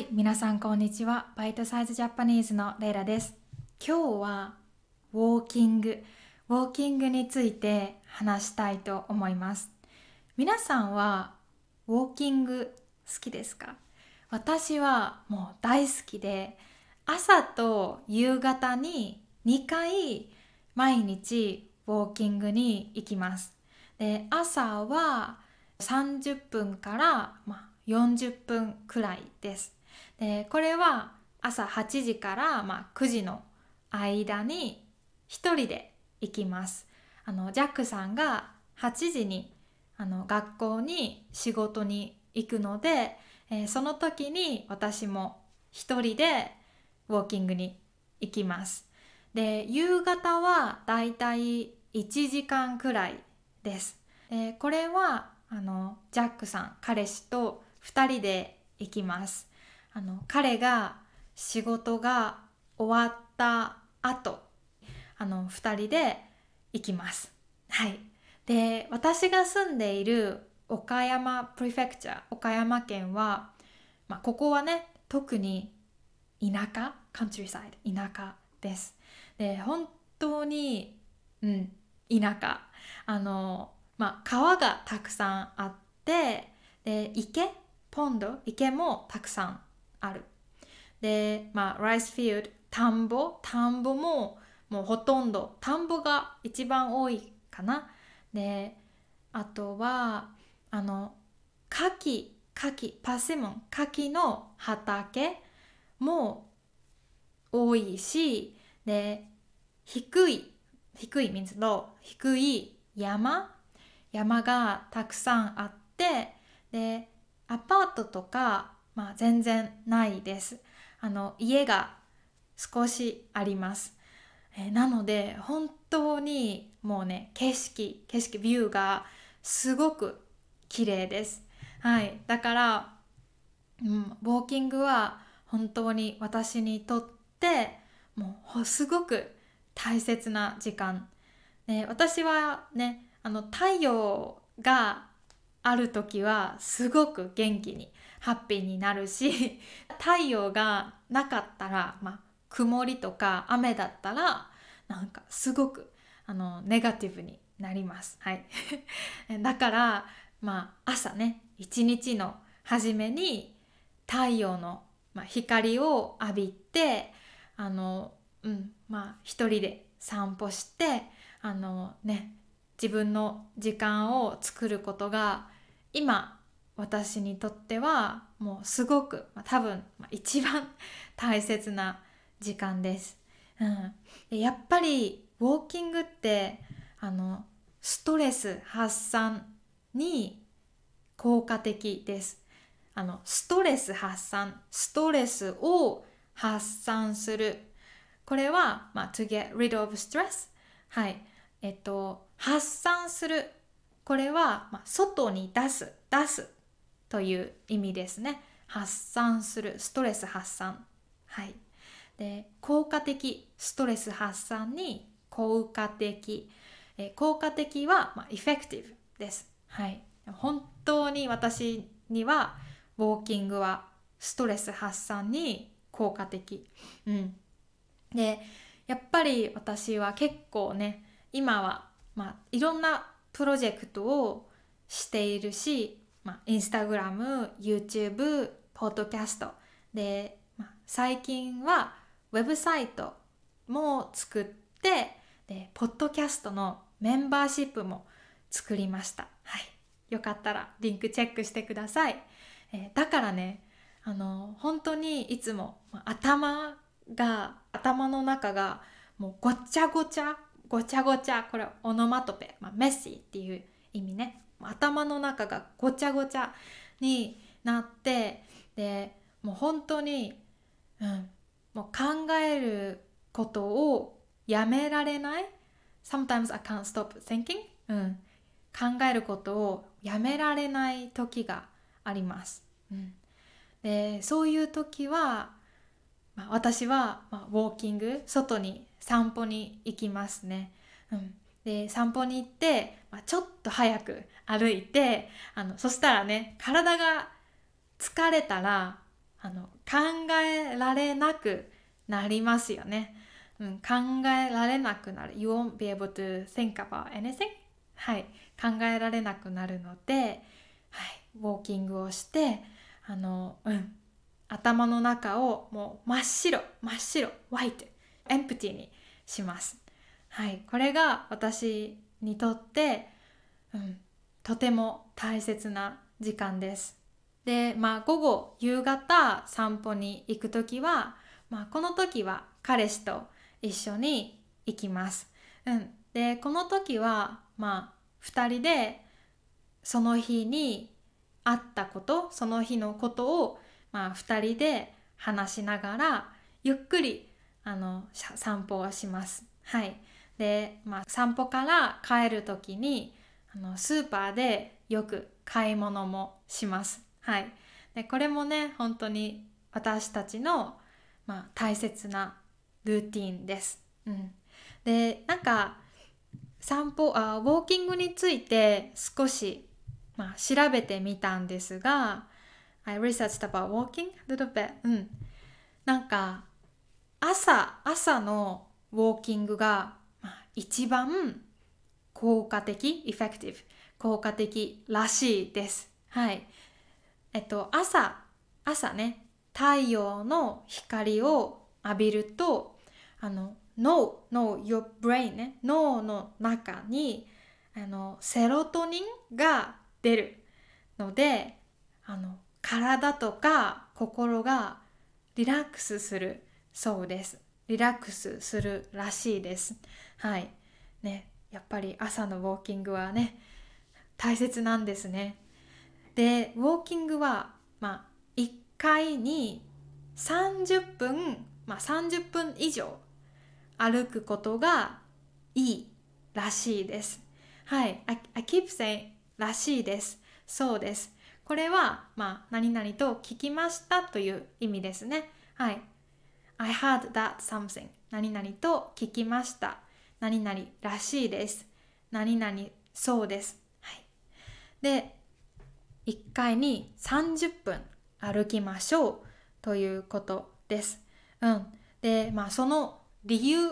い、皆さんこんにちは。バイトサイズジャパニーズのレイラです。今日はウォーキングについて話したいと思います。皆さんはウォーキング好きですか？私はもう大好きで、朝と夕方に2回毎日ウォーキングに行きます。で、朝は30分から40分くらいです。で、これは朝8時から9時の間に一人で行きます。ジャックさんが8時に学校に仕事に行くので、その時に私も一人でウォーキングに行きます。で、夕方はだいたい1時間くらいです。これはジャックさん、彼氏と2人で行きます。彼が仕事が終わった後、2人で行きます。はい。で、私が住んでいる岡山プリフェクチャー、岡山県は、ここはね、特に田舎、カントリーサイド、田舎です。で、本当に、田舎。川がたくさんあって、で、池もたくさんある。で、ライスフィールド、田んぼも、もうほとんど、田んぼが一番多いかな。で、あとは、パセモン、牡蠣の畑も多いし、で、低い means low、低い山がたくさんあって、で、アパートとか、全然ないです。家が少しあります。なので、本当にもうね、ビューがすごく綺麗です。はい。だから、ウォーキングは本当に私にとってもうすごく大切な時間。私はね、太陽がある時はすごく元気にハッピーになるし、太陽がなかったら、曇りとか雨だったらなんかすごくネガティブになります。はい。だから、朝ね、一日の初めに太陽の、光を浴びて、一人で散歩して、自分の時間を作ることが今私にとってはもうすごく、多分、一番大切な時間です。でやっぱりウォーキングってストレス発散に効果的です。ストレスを発散する。これは、to get rid of stress。はい。発散する。これは、外に出すという意味ですね。発散する。ストレス発散。はい。で、効果的。ストレス発散に効果的。効果的は、effective です。はい。本当に私にはウォーキングはストレス発散に効果的。で、やっぱり私は結構ね、今は、いろんなプロジェクトをしているし、インスタグラム、YouTube、ポッドキャストで、最近はウェブサイトも作って、で、ポッドキャストのメンバーシップも作りました。はい。よかったらリンクチェックしてください。だからね、本当にいつも頭の中がもうごちゃごちゃ、これオノマトペ、メッシーっていう意味ね。頭の中がごちゃごちゃになって、で、もう本当に、もう考えることをやめられない。Sometimes I can't stop thinking、考えることをやめられない時があります。で、そういう時は、私は、ウォーキング、外に散歩に行きますね。で、散歩に行って、ちょっと早く歩いて、そしたらね、体が疲れたら、 考えられなくなりますよね。考えられなくなる。You won't be able to think about anything? はい。考えられなくなるので、はい。ウォーキングをして、頭の中をもう真っ白、ホワイト、エンプティにします。はい。これが私にとって、とても大切な時間です。で、午後、夕方散歩に行くときは、この時は彼氏と一緒に行きます。で、この時は、2人でその日にあったこと、その日のことを、2人で話しながら、ゆっくり散歩をします。はい。で、散歩から帰るときにスーパーでよく買い物もします。はい。で、これもね、本当に私たちの、大切なルーティンです。で、ウォーキングについて少し、調べてみたんですが、I researched about walking a little bit. 朝のウォーキングが、一番効果的、effective、効果的らしいです。はい。朝ね、太陽の光を浴びると、your brain ね、脳の中にセロトニンが出るので、体とか心がリラックスするそうです。リラックスするらしいです。はい。ね、やっぱり朝のウォーキングはね、大切なんですね。で、ウォーキングは、1回に30分、30分以上歩くことがいいらしいです。はい。I keep saying らしいです。そうです。これは、何々と聞きましたという意味ですね。はい。I heard that something 何々と聞きました。何々らしいです。何々そうです。はい。で、1回に30分歩きましょうということです。で、その理由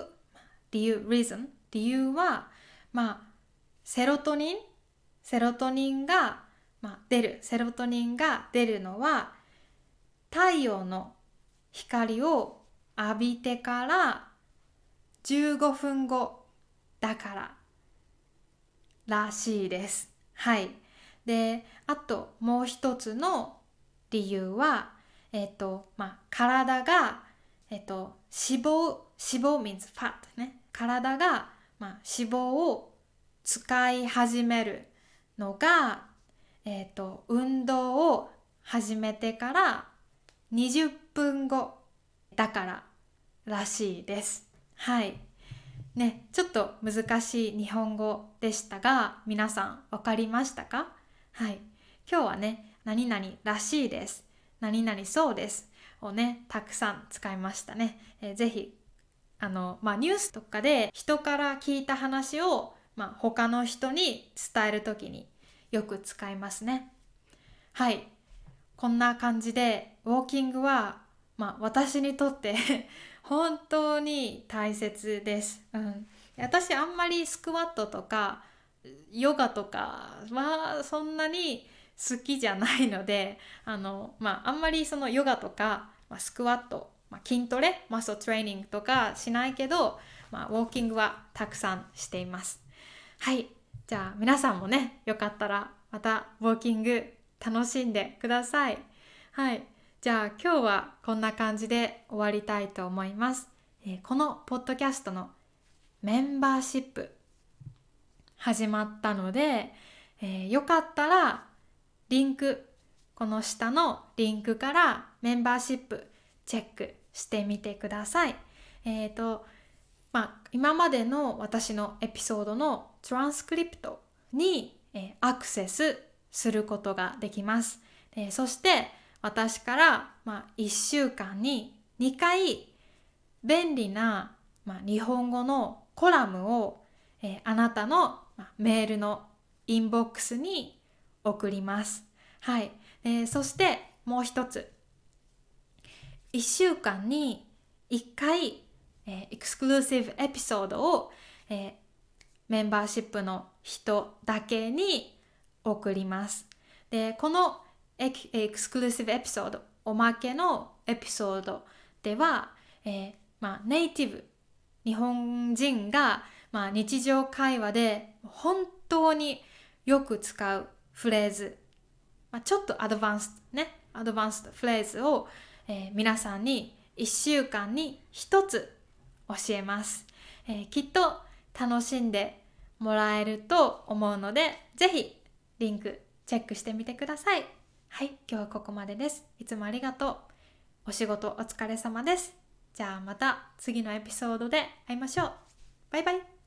は、セロトニンが、セロトニンが出るのは太陽の光を浴びてから15分後だかららしいです。はい。で、あともう一つの理由は、体が、脂肪 means fat ね。体が、脂肪を使い始めるのが、運動を始めてから20分後だかららしいです。はい。ね、ちょっと難しい日本語でしたが、皆さんわかりましたか？はい。今日はね、何々らしいです。何々そうですをね、たくさん使いましたね。ぜひ、ニュースとかで人から聞いた話を、他の人に伝えるときによく使いますね。はい。こんな感じで、ウォーキングは、私にとって本当に大切です。私あんまりスクワットとかヨガとかはそんなに好きじゃないので、あんまりそのヨガとか、スクワット、筋トレ、マッスルトレーニングとかしないけど、ウォーキングはたくさんしています。はい。じゃあ皆さんもね、よかったらまたウォーキング楽しんでください。はい。じゃあ今日はこんな感じで終わりたいと思います。このポッドキャストのメンバーシップ始まったので、よかったらリンク、この下のリンクからメンバーシップチェックしてみてください。今までの私のエピソードのトランスクリプトに、アクセスすることができます。そして私から、1週間に2回便利な、日本語のコラムを、あなたの、メールのインボックスに送ります。はい。そしてもう一つ、 1週間に1回、エクスクルーシブエピソードを、メンバーシップの人だけに送ります。で、このエクスクルーシブエピソード、おまけのエピソードでは、ネイティブ、日本人が、日常会話で本当によく使うフレーズ、ちょっとアドバンストフレーズを、皆さんに1週間に1つ教えます。きっと楽しんでもらえると思うので、ぜひリンクチェックしてみてください。はい、今日はここまでです。いつもありがとう。お仕事お疲れ様です。じゃあまた次のエピソードで会いましょう。バイバイ。